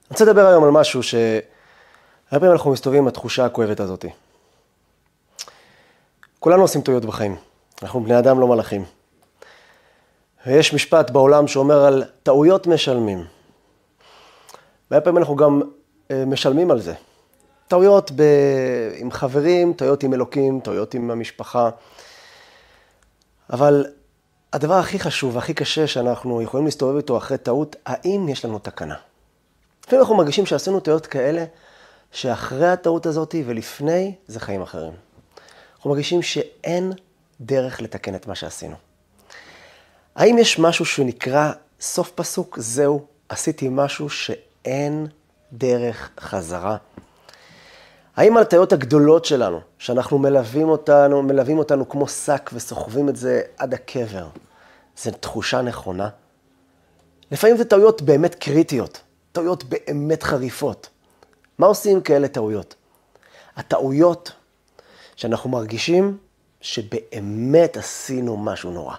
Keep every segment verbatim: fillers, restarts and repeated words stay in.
אני רוצה לדבר היום על משהו שהרבה פעמים אנחנו מסתובבים עם התחושה הכואבת הזאת. כולנו עושים טעויות בחיים. אנחנו בני אדם לא מלאכים. ויש משפט בעולם שאומר על טעויות משלמים. והרבה פעמים אנחנו גם משלמים על זה. טעויות ב... עם חברים, טעויות עם אלוקים, טעויות עם המשפחה. אבל הדבר הכי חשוב והכי קשה שאנחנו יכולים להסתובב איתו אחרי טעות, האם יש לנו תקנה? לפעמים אנחנו מרגישים שעשינו טעויות כאלה, שאחרי הטעות הזאת ולפני זה חיים אחרים. אנחנו מרגישים שאין דרך לתקן את מה שעשינו. האם יש משהו שנקרא סוף פסוק? זהו, עשיתי משהו שאין דרך חזרה. האם על הטעויות הגדולות שלנו, שאנחנו מלווים אותנו, מלווים אותנו כמו שק וסוחבים את זה עד הקבר, זו תחושה נכונה? לפעמים זה טעויות באמת קריטיות, טעויות באמת חריפות. מה עושים עם כאלה טעויות? הטעויות שאנחנו מרגישים שבאמת עשינו משהו נורא.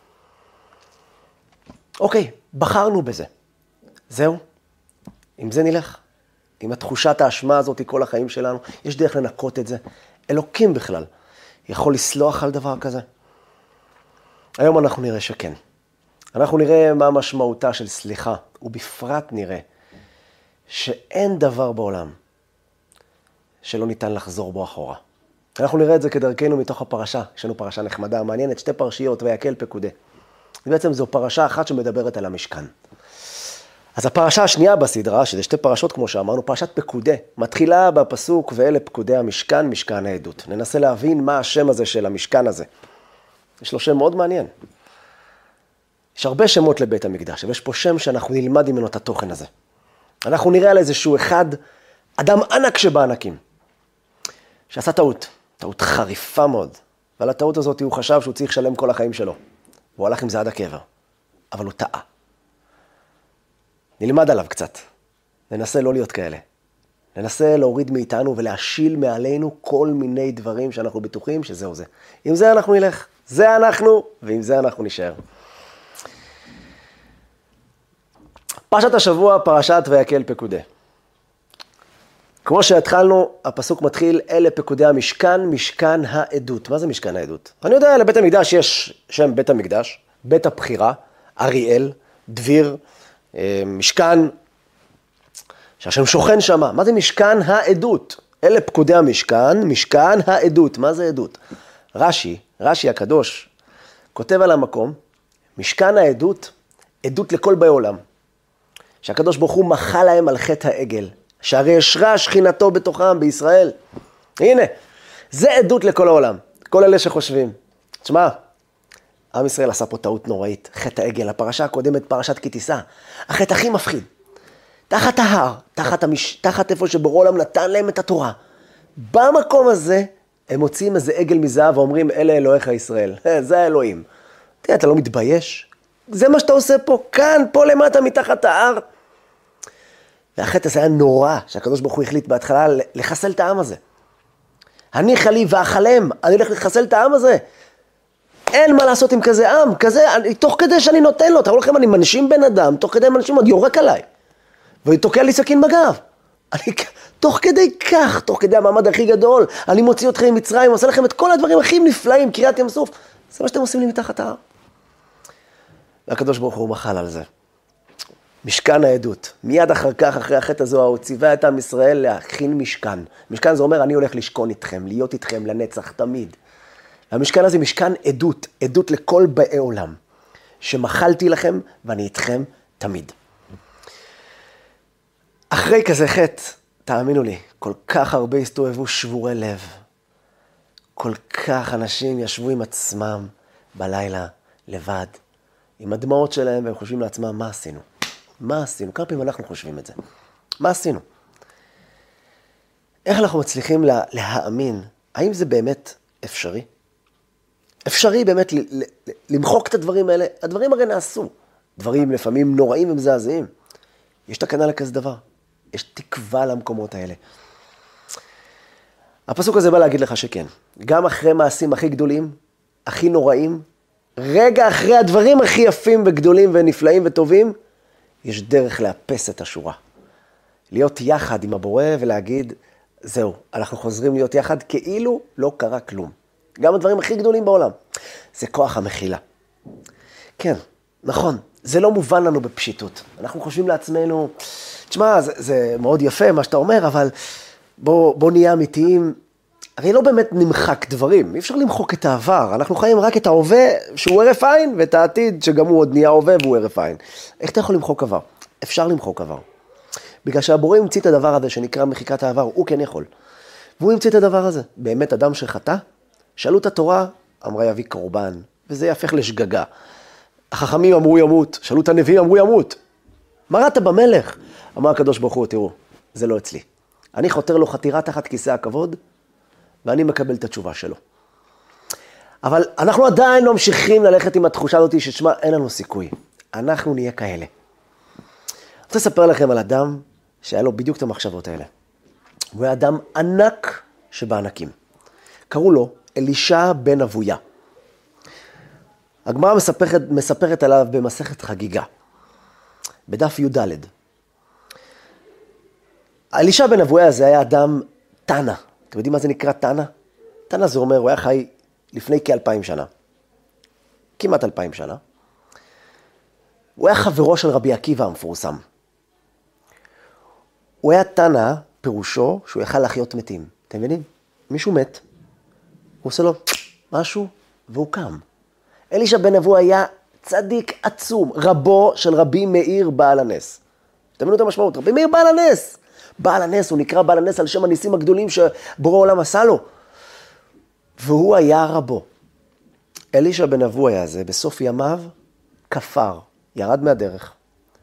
אוקיי, בחרנו בזה. זהו, עם זה נלך. עם התחושת האשמה הזאת כל החיים שלנו, יש דרך לנקות את זה. אלוקים בכלל יכול לסלוח על דבר כזה. היום אנחנו נראה שכן. אנחנו נראה מה משמעותה של סליחה, ובפרט נראה שאין דבר בעולם שלא ניתן לחזור בו אחורה. אנחנו נראה את זה כדרכנו מתוך הפרשה. יש לנו פרשה נחמדה, מעניינת, שתי פרשיות, ויקל פקודה. בעצם זו פרשה אחת שמדברת על המשכן. אז הפרשה השנייה בסדרה, שזה שתי פרשות כמו שאמרנו, פרשת פקודה, מתחילה בפסוק ואלה פקודי המשכן, משכן העדות. ננסה להבין מה השם הזה של המשכן הזה. יש לו שם מאוד מעניין. יש הרבה שמות לבית המקדש, ויש פה שם שאנחנו נלמד ממנו את התוכן הזה. אנחנו נראה על איזשהו אחד, אדם ענק שבענקים, שעשה טעות, טעות חריפה מאוד, ועל הטעות הזאת הוא חשב שהוא צריך לשלם כל החיים שלו. הוא הלך עם זה עד הקבר, אבל הוא טעה. נלמד עליו קצת, ננסה לא להיות כאלה. ננסה להוריד מאיתנו ולהשיל מעלינו כל מיני דברים שאנחנו בטוחים שזהו זה. עם זה אנחנו נלך, זה אנחנו, ועם זה אנחנו נשאר. פרשת השבוע, פרשת ויקל פקודה. כמו שהתחלנו, הפסוק מתחיל, אלה פקודי המשכן, משכן העדות. מה זה משכן העדות? אני יודע, לבית המקדש יש שם בית המקדש, בית הבחירה, אריאל, דביר, משכן, שהשם שוכן שמה. מה זה משכן העדות? אלה פקודי המשכן, משכן העדות. מה זה עדות? רש"י, רש"י הקדוש, כותב על המקום, משכן העדות, עדות לכל באי עולם. שהקדוש ברוך הוא מחל להם על חטא העגל, שהרי ישרה שכינתו בתוכם בישראל. הנה, זה עדות לכל העולם, כל אלה שחושבים. תשמע, עם ישראל עשה פה טעות נוראית, חטא העגל, הפרשה הקודמת פרשת כי תישא, החטא הכי מפחיד. תחת ההר, תחת, המש... תחת איפה שבורא עולם נתן להם את התורה. במקום הזה הם מוציאים איזה עגל מזהב ואומרים, אלה אלוהיך ישראל, זה האלוהים. תראה, אתה לא מתבייש? זה מה שאתה עושה פה, כאן, פה למטה, מתחת ההר. והחטא הזה היה נורא, שהקדוש ברוך הוא החליט בהתחלה לחסל את העם הזה. הניחא לי ואכלם, אני הולך לחסל את העם הזה. אין מה לעשות עם כזה עם, כזה, אני, תוך כדי שאני נותן לו, תראו לכם, אני מנשים בן אדם, תוך כדי מנשים עוד יורק עליי. ותוקע לי סכין בגב. אני, תוך כדי כך, תוך כדי המעמד הכי גדול, אני מוציא אתכם ממצרים, עושה לכם את כל הדברים הכי נפלאים, קריאת ים סוף. זה מה שאתם עושים לי מתחת ההר. והקדוש ברוך הוא מחל על זה. משכן העדות. מיד אחר כך, אחרי החטא הזו, הוא ציווה את עם ישראל להכין משכן. משכן זה אומר, אני הולך לשכון איתכם, להיות איתכם לנצח תמיד. המשכן הזה משכן עדות, עדות לכל באי עולם, שמחלתי לכם ואני איתכם תמיד. אחרי כזה חטא, תאמינו לי, כל כך הרבה הסתובבו שבורי לב. כל כך אנשים ישבו עם עצמם בלילה, לבד, עם הדמעות שלהם, והם חושבים לעצמם, מה עשינו? מה עשינו? כמה פעמים אנחנו חושבים את זה? מה עשינו? איך אנחנו מצליחים לה, להאמין? האם זה באמת אפשרי? אפשרי באמת ל- ל- למחוק את הדברים האלה? הדברים הרי נעשו. דברים לפעמים נוראים ומזעזעים. יש תקנה לכזה דבר. יש תקווה למקומות האלה. הפסוק הזה בא להגיד לך שכן. גם אחרי מעשים הכי גדולים, הכי נוראים, רגע אחרי הדברים הכי יפים וגדולים ונפלאים וטובים, יש דרך לאפס את השורה. להיות יחד עם הבורא ולהגיד, זהו, אנחנו חוזרים להיות יחד כאילו לא קרה כלום. גם הדברים הכי גדולים בעולם. זה כוח המחילה. כן, נכון, זה לא מובן לנו בפשיטות. אנחנו חושבים לעצמנו, תשמע, זה, זה מאוד יפה מה שאתה אומר, אבל בוא, בוא נהיה אמיתיים. הרי לא באמת נמחק דברים, אי אפשר למחוק את העבר. אנחנו חיים רק את ההווה שהוא הרף עין, ואת העתיד שגם הוא עוד נהיה הווה והוא הרף עין. איך אתה יכול למחוק עבר? אפשר למחוק עבר. בגלל שהבורא המציא את הדבר הזה שנקרא מחיקת העבר, הוא כן יכול. והוא המציא את הדבר הזה. באמת אדם שחטא, שאלו את התורה, אמרה יביא קורבן, וזה יהפך לשגגה. החכמים אמרו ימות, שאלו את הנביאים אמרו ימות. מה ראית במלך? אמר הקדוש ברוך הוא, תראו, זה לא אצלי. אני חותר לו חתירה תחת כיסא הכבוד, ואני מקבל את התשובה שלו. אבל אנחנו עדיין לא ממשיכים ללכת עם התחושה הזאת ששמע, אין לנו סיכוי. אנחנו נהיה כאלה. אני רוצה לספר לכם על אדם שהיה לו בדיוק את המחשבות האלה. הוא היה אדם ענק שבענקים. קראו לו אלישע בן אבויה. הגמרא מספרת, מספרת עליו במסכת חגיגה, בדף י"ד. אלישע בן אבויה הזה היה אדם תנא. אתם יודעים מה זה נקרא תנא? תנא זה אומר, הוא היה חי לפני כאלפיים שנה. כמעט אלפיים שנה. הוא היה חברו של רבי עקיבא המפורסם. הוא היה תנא, פירושו, שהוא יכל לחיות מתים. אתם מבינים? מישהו מת, הוא עושה לו משהו, והוא קם. אלישע בן אבויה היה צדיק עצום, רבו של רבי מאיר בעל הנס. אתם מבינים את המשמעות? רבי מאיר בעל הנס. בעל הנס, הוא נקרא בעל הנס על שם הניסים הגדולים שבורא עולם עשה לו. והוא היה רבו. אלישע בן אבויה הזה, בסוף ימיו, כפר, ירד מהדרך,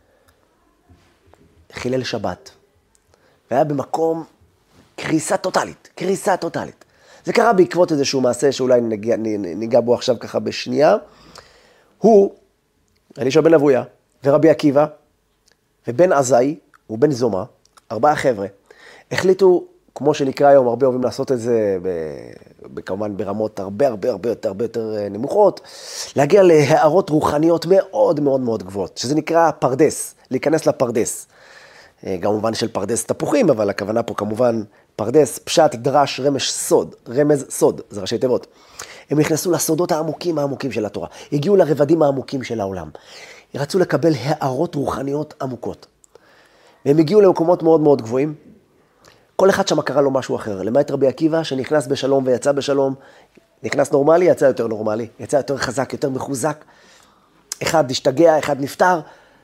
חילל שבת, והיה במקום קריסה טוטלית, קריסה טוטלית. זה קרה בעקבות איזשהו מעשה שאולי ניגע, ניגע בו עכשיו ככה בשנייה. הוא, אלישע בן אבויה, ורבי עקיבא, ובן עזאי, ובן זומא, ארבעה חבר'ה, החליטו, כמו שנקרא היום, הרבה אוהבים לעשות את זה, כמובן ברמות הרבה הרבה הרבה יותר, הרבה יותר נמוכות, להגיע להערות רוחניות מאוד מאוד מאוד גבוהות, שזה נקרא פרדס, להיכנס לפרדס. גם במובן של פרדס תפוחים, אבל הכוונה פה כמובן פרדס, פשט, דרש, רמש, סוד, רמז, סוד, זה ראשי תיבות. הם נכנסו לסודות העמוקים העמוקים של התורה, הגיעו לרבדים העמוקים של העולם, רצו לקבל הערות רוחניות עמוקות. והם הגיעו למקומות מאוד מאוד גבוהים, כל אחד שם קרה לו משהו אחר, למעט רבי עקיבא שנכנס בשלום ויצא בשלום, נכנס נורמלי, יצא יותר נורמלי, יצא יותר חזק, יותר מחוזק, אחד השתגע, אחד נפטר,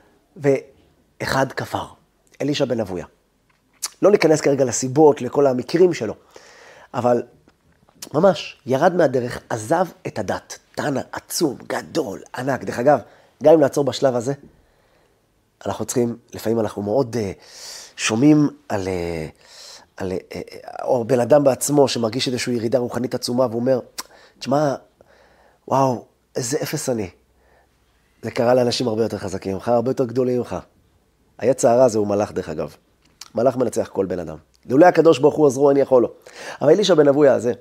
ואחד כפר, אלישע בן אבויה. לא ניכנס כרגע לסיבות, לכל המקרים שלו, אבל ממש ירד מהדרך, עזב את הדת, תנא עצום, גדול, ענק. דרך אגב, גם אם נעצור בשלב הזה, אנחנו צריכים, לפעמים אנחנו מאוד uh, שומעים על, uh, על uh, או בן אדם בעצמו שמרגיש איזושהי ירידה רוחנית עצומה, והוא אומר, תשמע, וואו, איזה אפס אני. זה קרה לאנשים הרבה יותר חזקים ממך, הרבה יותר גדולים ממך. היצר הרע זה הוא מלאך דרך אגב. מלאך מנצח כל בן אדם. לולא הקדוש ברוך הוא עזרו, אני יכול לו. אבל אלישע בן אבויה הזה,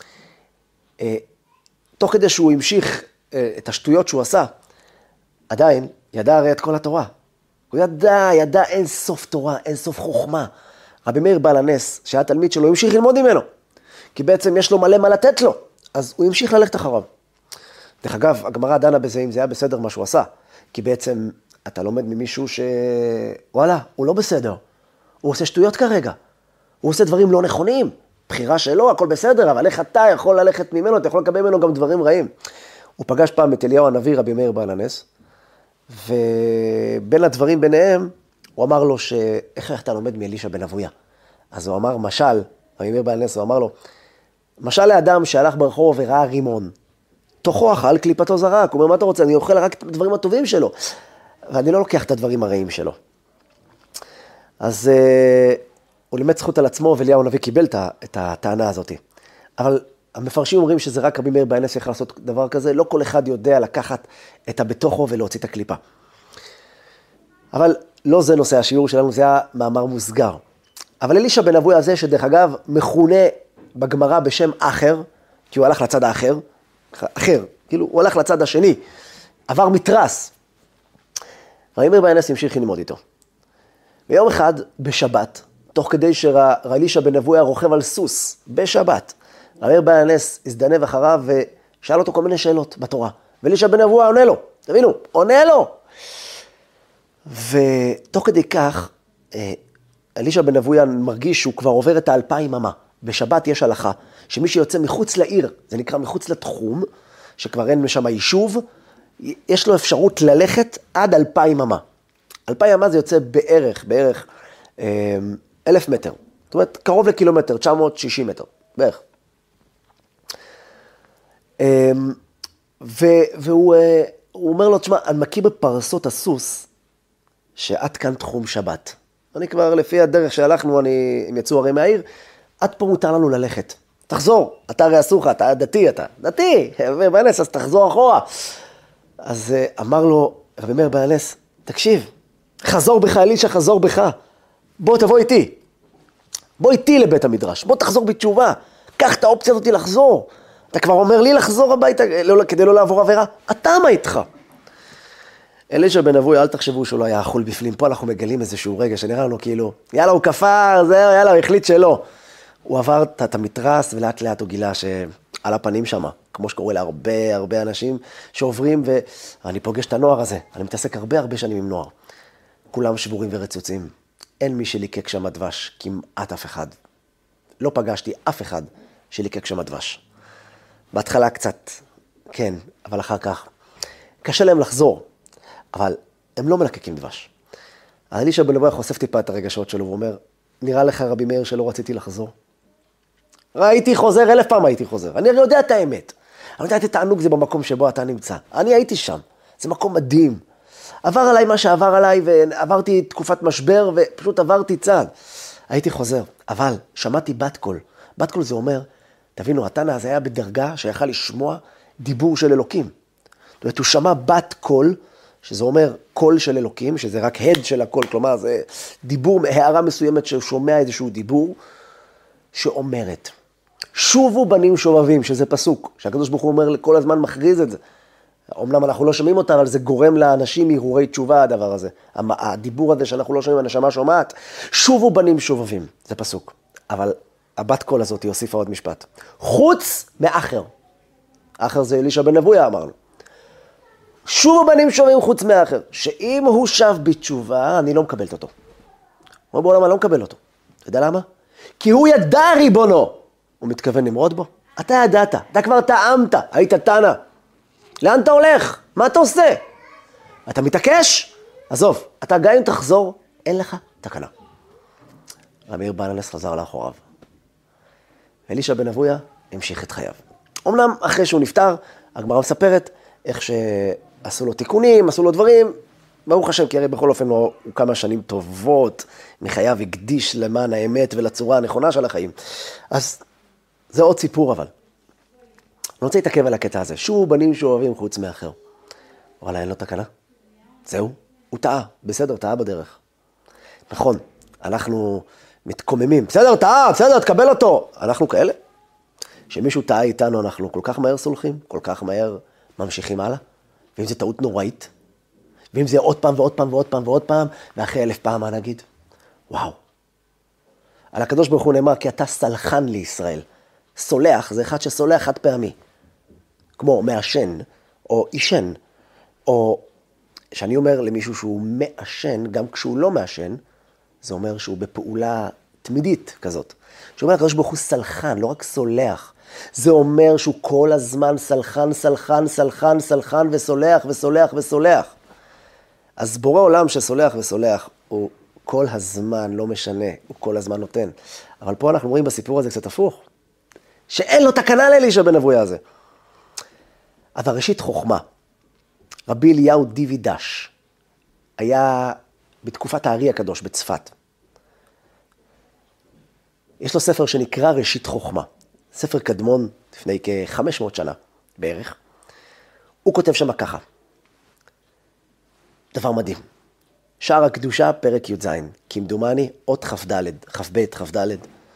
אה, תוך כדי שהוא המשיך אה, את השטויות שהוא עשה, עדיין ידע הרי את כל התורה. הוא ידע, ידע אין סוף תורה, אין סוף חוכמה. רבי מאיר בעל הנס, שהיה תלמיד שלו, המשיך ללמוד ממנו. כי בעצם יש לו מלא מה לתת לו. אז הוא המשיך ללכת אחריו. דרך אגב, הגמרא דנה בזה אם זה היה בסדר מה שהוא עשה. כי בעצם אתה לומד ממישהו ש... וואלה, הוא לא בסדר. הוא עושה שטויות כרגע. הוא עושה דברים לא נכונים. בחירה שלו, הכל בסדר, אבל איך אתה יכול ללכת ממנו, אתה יכול לקבל ממנו גם דברים רעים. הוא פגש פעם את אליהו הנביא, רבי מאיר בעל הנס, ובין הדברים ביניהם, הוא אמר לו שאיך אתה לומד מאלישע בן אבויה? אז הוא אמר, משל, רבי מאיר בעל הנס, הוא אמר לו, משל לאדם שהלך ברחוב וראה רימון, תוכו אכל, קליפתו זרק. הוא אומר, מה אתה רוצה? אני אוכל רק את הדברים הטובים שלו, ואני לא לוקח את הדברים הרעים שלו. אז uh, הוא לימד זכות על עצמו, ואליהו הנביא קיבל את הטענה הזאת. אבל המפרשים אומרים שזה רק רבי מאיר בעל הנס יכול לעשות דבר כזה, לא כל אחד יודע לקחת את הבתוכו ולהוציא את הקליפה. אבל לא זה נושא השיעור שלנו, זה היה מאמר מוסגר. אבל אלישע בן אבויה הזה, שדרך אגב מכונה בגמרא בשם אחר, כי הוא הלך לצד האחר, אחר, כאילו הוא הלך לצד השני, עבר מתרס. רבי מאיר בעל הנס המשיך ללמוד איתו. ויום אחד, בשבת, תוך כדי שאלישע בן אבויה רוכב על סוס, בשבת, רבי מאיר בעל הנס הזדנב אחריו ושאל אותו כל מיני שאלות בתורה. ואלישע בן אבויה עונה לו, תבינו, עונה לו. ותוך כדי כך, אלישע בן אבויה מרגיש שהוא כבר עובר את האלפיים אמה. בשבת יש הלכה שמי שיוצא מחוץ לעיר, זה נקרא מחוץ לתחום, שכבר אין משם יישוב, יש לו אפשרות ללכת עד אלפיים אמה. אלפיים אמה זה יוצא בערך, בערך אה, אלף מטר. זאת אומרת, קרוב לקילומטר, תשע מאות ושישים מטר, בערך. אה, ו, והוא אה, הוא אומר לו, תשמע, אני מכיר בפרסות הסוס, שעד כאן תחום שבת. אני כבר, לפי הדרך שהלכנו, אני, הם יצאו הרי מהעיר, עד פה מותר לנו ללכת. תחזור, אתה הרי אסור לך, אתה דתי, אתה דתי, בעל הנס, אז תחזור אחורה. אז אמר לו, רבי מאיר בעל הנס, תקשיב, חזור בך, אלישע, חזור בך. בוא תבוא איתי. בוא איתי לבית המדרש, בוא תחזור בתשובה. קח את האופציה הזאת לחזור. אתה כבר אומר לי לחזור הביתה כדי לא לעבור עבירה. אתה מה איתך? אלישע בן אבויה, אל תחשבו שהוא לא היה אכול בפנים. פה אנחנו מגלים איזשהו רגע שנראה לנו כאילו, יאללה, הוא כפר, זהו, יאללה, הוא החליט שלא. הוא עבר את המתרס ולאט לאט הוא גילה שעל הפנים שמה, כמו שקורה להרבה הרבה אנשים שעוברים, ואני פוגש את הנוער הזה, אני מתעסק הרבה הרבה שנים עם נוער. כולם שבורים ורצוצים. אין מי שליקק שם דבש, כמעט אף אחד. לא פגשתי אף אחד שליקק שם דבש. בהתחלה קצת, כן, אבל אחר כך. קשה להם לחזור, אבל הם לא מלקקים דבש. אלישע בן אבויה חושף טיפה את הרגשות שלו, והוא אומר, נראה לך רבי מאיר שלא רציתי לחזור? ראיתי חוזר, אלף פעם הייתי חוזר. אני יודע את האמת. אני יודע את התענוג זה במקום שבו אתה נמצא. אני הייתי שם. זה מקום מדהים. עבר עליי מה שעבר עליי, ועברתי תקופת משבר, ופשוט עברתי צעד. הייתי חוזר. אבל שמעתי בת קול. בת קול זה אומר, תבינו, התנא הזה היה בדרגה שיכל לשמוע דיבור של אלוקים. זאת אומרת, הוא שמע בת קול, שזה אומר קול של אלוקים, שזה רק הד של הקול, כלומר, זה דיבור, הערה מסוימת שהוא שומע איזשהו דיבור, שאומרת, שובו בנים שובבים, שזה פסוק, שהקדוש ברוך הוא אומר, כל הזמן מכריז את זה. אמנם אנחנו לא שומעים אותה, אבל זה גורם לאנשים הרהורי תשובה, הדבר הזה. הדיבור הזה שאנחנו לא שומעים, הנשמה שומעת, שובו בנים שובבים, זה פסוק. אבל הבת קול הזאת היא הוסיפה עוד משפט. חוץ מאחר. אחר זה אלישע בן אבויה, אמרנו. שובו בנים שובבים חוץ מאחר. שאם הוא שב בתשובה, אני לא מקבלת אותו. הוא בעולם, אני לא מקבל אותו. אתה יודע למה? כי הוא ידע ריבונו. הוא מתכוון למרוד בו. אתה ידעת, אתה כבר טעמת, היית תנא. לאן אתה הולך? מה אתה עושה? אתה מתעקש? עזוב, אתה גם אם תחזור, אין לך תקנה. רבי מאיר בעל הנס חזר לאחוריו. אלישע בן אבויה המשיך את חייו. אמנם אחרי שהוא נפטר, הגמרא מספרת איך שעשו לו תיקונים, עשו לו דברים, ברוך השם, כי הרי בכל אופן הוא כמה שנים טובות, מחייו הקדיש למען האמת ולצורה הנכונה של החיים. אז זה עוד סיפור אבל. אני רוצה להתעכב על הקטע הזה. שוב בנים שאוהבים חוץ מאחר. אבל אין לו תקנה. זהו, הוא טעה. בסדר, טעה בדרך. נכון, אנחנו מתקוממים. בסדר, טעה, בסדר, תקבל אותו. אנחנו כאלה. שמישהו טעה איתנו, אנחנו כל כך מהר סולחים, כל כך מהר ממשיכים הלאה. ואם זה טעות נוראית, ואם זה עוד פעם ועוד פעם ועוד פעם ועוד פעם, ואחרי אלף פעם מה נגיד? וואו. על הקדוש ברוך הוא נאמר, כי אתה סלחן לישראל. סולח זה אחד שסולח חד פעמי. כמו מעשן, או אישן, או שאני אומר למישהו שהוא מעשן, גם כשהוא לא מעשן, זה אומר שהוא בפעולה תמידית כזאת. שאומר, הקדוש ברוך הוא סלחן, לא רק סולח. זה אומר שהוא כל הזמן סלחן, סלחן, סלחן, סלחן, וסולח, וסולח, וסולח. אז בורא עולם שסולח וסולח, הוא כל הזמן לא משנה, הוא כל הזמן נותן. אבל פה אנחנו רואים בסיפור הזה קצת הפוך. שאין לו תקנה לאלישע בן אבויה הזה. אבל ראשית חוכמה, רבי אליהו דיווידש, היה בתקופת הארי הקדוש בצפת. יש לו ספר שנקרא ראשית חוכמה. ספר קדמון לפני כ-חמש מאות שנה בערך. הוא כותב שם ככה. דבר מדהים. שער הקדושה, פרק י"ז, כמדומני, אות כ"ד, כ"ב, כ"ד.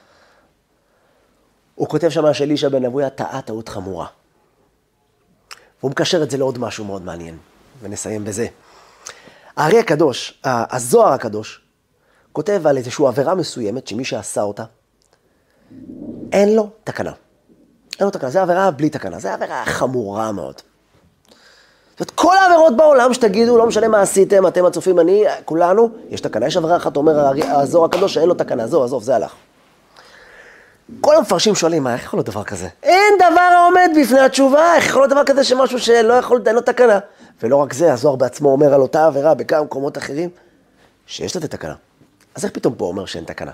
הוא כותב שם שאלישע בן אבויה טעה טעות חמורה. והוא מקשר את זה לעוד משהו מאוד מעניין, ונסיים בזה. הארי הקדוש, הזוהר הקדוש, כותב על איזושהי עבירה מסוימת, שמי שעשה אותה, אין לו תקנה. אין לו תקנה, זה עבירה בלי תקנה, זה עבירה חמורה מאוד. זאת אומרת, כל העבירות בעולם שתגידו, לא משנה מה עשיתם, אתם הצופים, אני, כולנו, יש תקנה. יש עבירה אחת, אומר הזוהר הקדוש, שאין לו תקנה, זו, עזוב, זה הלך. כל המפרשים שואלים, מה, איך יכול להיות דבר כזה? אין דבר העומד בפני התשובה, איך יכול להיות דבר כזה שמשהו שלא יכול, אין לו תקנה. ולא רק זה, הזוהר בעצמו אומר על אותה עבירה בכמה מקומות אחרים, שיש לזה תקנה. אז איך פתאום פה אומר שאין תקנה?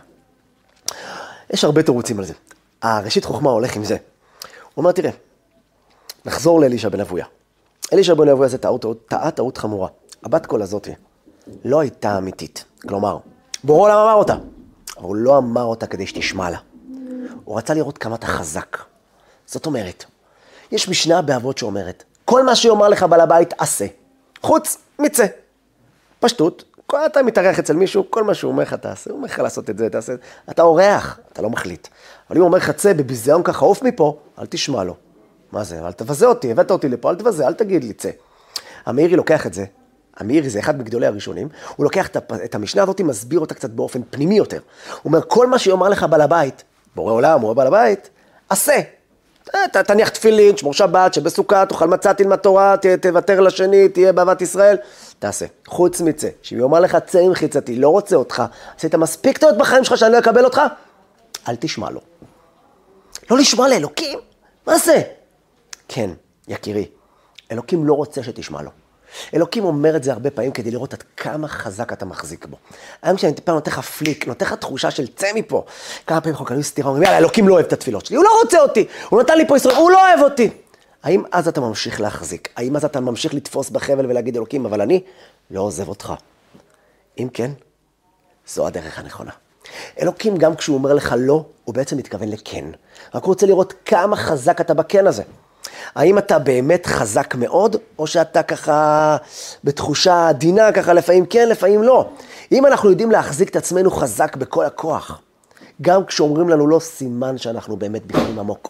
יש הרבה תירוצים על זה. הראשית חוכמה הולך עם זה. הוא אומר, תראה, נחזור לאלישע בן אבויה. אלישע בן אבויה זה טעות, טעה טעות חמורה. הבת קול הזאת לא הייתה אמיתית. כלומר, בורא עולם אמר אותה, אבל הוא לא אמר אותה כדי שתשמע לה. הוא רצה לראות כמה אתה חזק. זאת אומרת, יש משנה באבות שאומרת, כל מה שיאמר לך בעל הבית עשה, חוץ מצא. פשטות, כל אתה מתארח אצל מישהו, כל מה שהוא אומר לך תעשה, הוא אומר לך לעשות את זה, תעשה, אתה אורח, אתה לא מחליט. אבל אם הוא אומר לך צא בביזיון ככה, עוף מפה, אל תשמע לו. מה זה? אל תבזה אותי, הבאת אותי לפה, אל תבזה, אל תגיד לי צא. המאירי לוקח את זה, המאירי זה אחד מגדולי הראשונים, הוא לוקח את המשנה הזאת, מסביר אותה קצת באופן פנימי יותר. הוא אומר, כל מה שיאמר לך בעל הבית, בורא עולם, הוא בעל הבית, עשה. תניח תפילין, שמור שבת, שבסוכה, תאכל מצה, תלמד תורה, תוותר לשני, תהיה באהבת ישראל, תעשה. חוץ מצא, שאם יאמר לך צא עם חיצתי, לא רוצה אותך, עשית מספיק טעות בחיים שלך שאני לא אקבל אותך, אל תשמע לו. לא לשמוע לאלוקים, מה זה? כן, יקירי, אלוקים לא רוצה שתשמע לו. אלוקים אומר את זה הרבה פעמים כדי לראות עד כמה חזק אתה מחזיק בו. היום שאני פעם נותן לך פליק, נותן לך תחושה של צא מפה. כמה פעמים חוקרים סתירה, אומרים, יאללה, אלוקים לא אוהב את התפילות שלי, הוא לא רוצה אותי, הוא נתן לי פה ישראל, הוא לא אוהב אותי. האם אז אתה ממשיך להחזיק? האם אז אתה ממשיך לתפוס בחבל ולהגיד אלוקים, אבל אני לא עוזב אותך? אם כן, זו הדרך הנכונה. אלוקים גם כשהוא אומר לך לא, הוא בעצם מתכוון לכן. רק הוא רוצה לראות כמה חזק אתה בכן הזה. האם אתה באמת חזק מאוד, או שאתה ככה בתחושה עדינה, ככה לפעמים כן, לפעמים לא. אם אנחנו יודעים להחזיק את עצמנו חזק בכל הכוח, גם כשאומרים לנו לא, סימן שאנחנו באמת בפנים עמוק.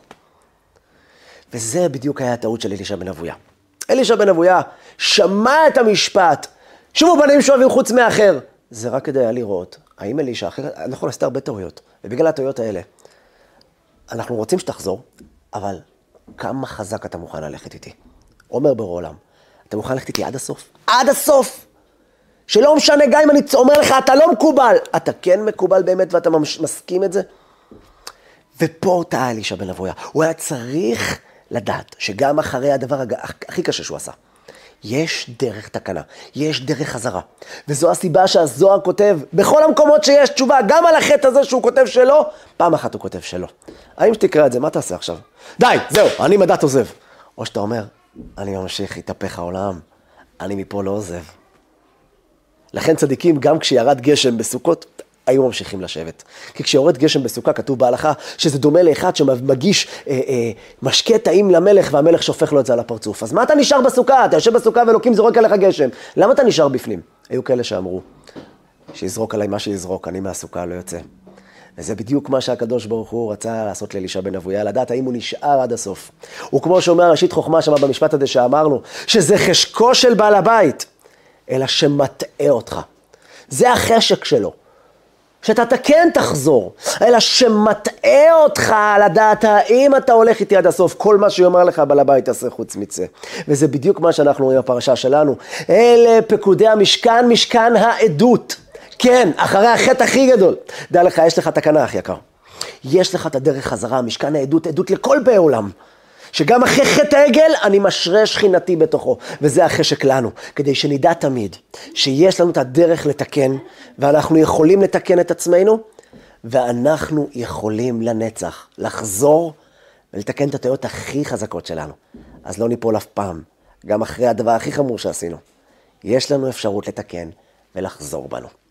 וזה בדיוק היה הטעות של אלישע בן אבויה. אלישע בן אבויה שמע את המשפט, שובו בנים שואבים חוץ מאחר. זה רק כדי היה לראות, האם אלישע, אנחנו נעשתה הרבה טעויות, ובגלל הטעויות האלה, אנחנו רוצים שתחזור, אבל כמה חזק אתה מוכן ללכת איתי? אומר בורא עולם, אתה מוכן ללכת איתי עד הסוף? עד הסוף! שלא משנה, גם אם אני אומר לך, אתה לא מקובל. אתה כן מקובל באמת ואתה מסכים את זה? ופה טעה אלישע בן אבויה. הוא היה צריך לדעת שגם אחרי הדבר הכי קשה שהוא עשה, יש דרך תקנה, יש דרך חזרה. וזו הסיבה שהזוהר כותב, בכל המקומות שיש תשובה, גם על החטא הזה שהוא כותב שלו, פעם אחת הוא כותב שלו. האם שתקרא את זה, מה תעשה עכשיו? די, זהו, אני מדת עוזב. או שאתה אומר, אני ממשיך, יתהפך העולם, אני מפה לא עוזב. לכן צדיקים, גם כשירד גשם בסוכות, היו ממשיכים לשבת. כי כשיורד גשם בסוכה, כתוב בהלכה, שזה דומה לאחד שמגיש אה, אה, משקה טעים למלך, והמלך שופך לו את זה על הפרצוף. אז מה אתה נשאר בסוכה? אתה יושב בסוכה ואלוקים זורק עליך גשם. למה אתה נשאר בפנים? היו כאלה שאמרו, שיזרוק עליי מה שיזרוק, אני מהסוכה לא יוצא. וזה בדיוק מה שהקדוש ברוך הוא רצה לעשות לאלישע בן אבויה, לדעת האם הוא נשאר עד הסוף. וכמו שאומר ראשית חוכמה שמה במשפט הזה שאמרנו, שזה חשקו של בעל הבית, אלא שמטעה אותך. זה החשק שלו. שאתה כן תחזור, אלא שמטעה אותך לדעת האם אתה הולך איתי עד הסוף, כל מה שיאמר לך בעל הבית תעשה חוץ מצא. וזה בדיוק מה שאנחנו רואים בפרשה שלנו. אלה פקודי המשכן, משכן העדות. כן, אחרי החטא הכי גדול. דע לך, יש לך תקנה, אח יקר. יש לך את הדרך חזרה, משכן העדות, עדות לכל באי עולם. שגם אחרי חטא העגל אני משרה שכינתי בתוכו, וזה החשק לנו, כדי שנדע תמיד שיש לנו את הדרך לתקן, ואנחנו יכולים לתקן את עצמנו, ואנחנו יכולים לנצח, לחזור ולתקן את הטעויות הכי חזקות שלנו. אז לא ניפול אף פעם, גם אחרי הדבר הכי חמור שעשינו. יש לנו אפשרות לתקן ולחזור בנו.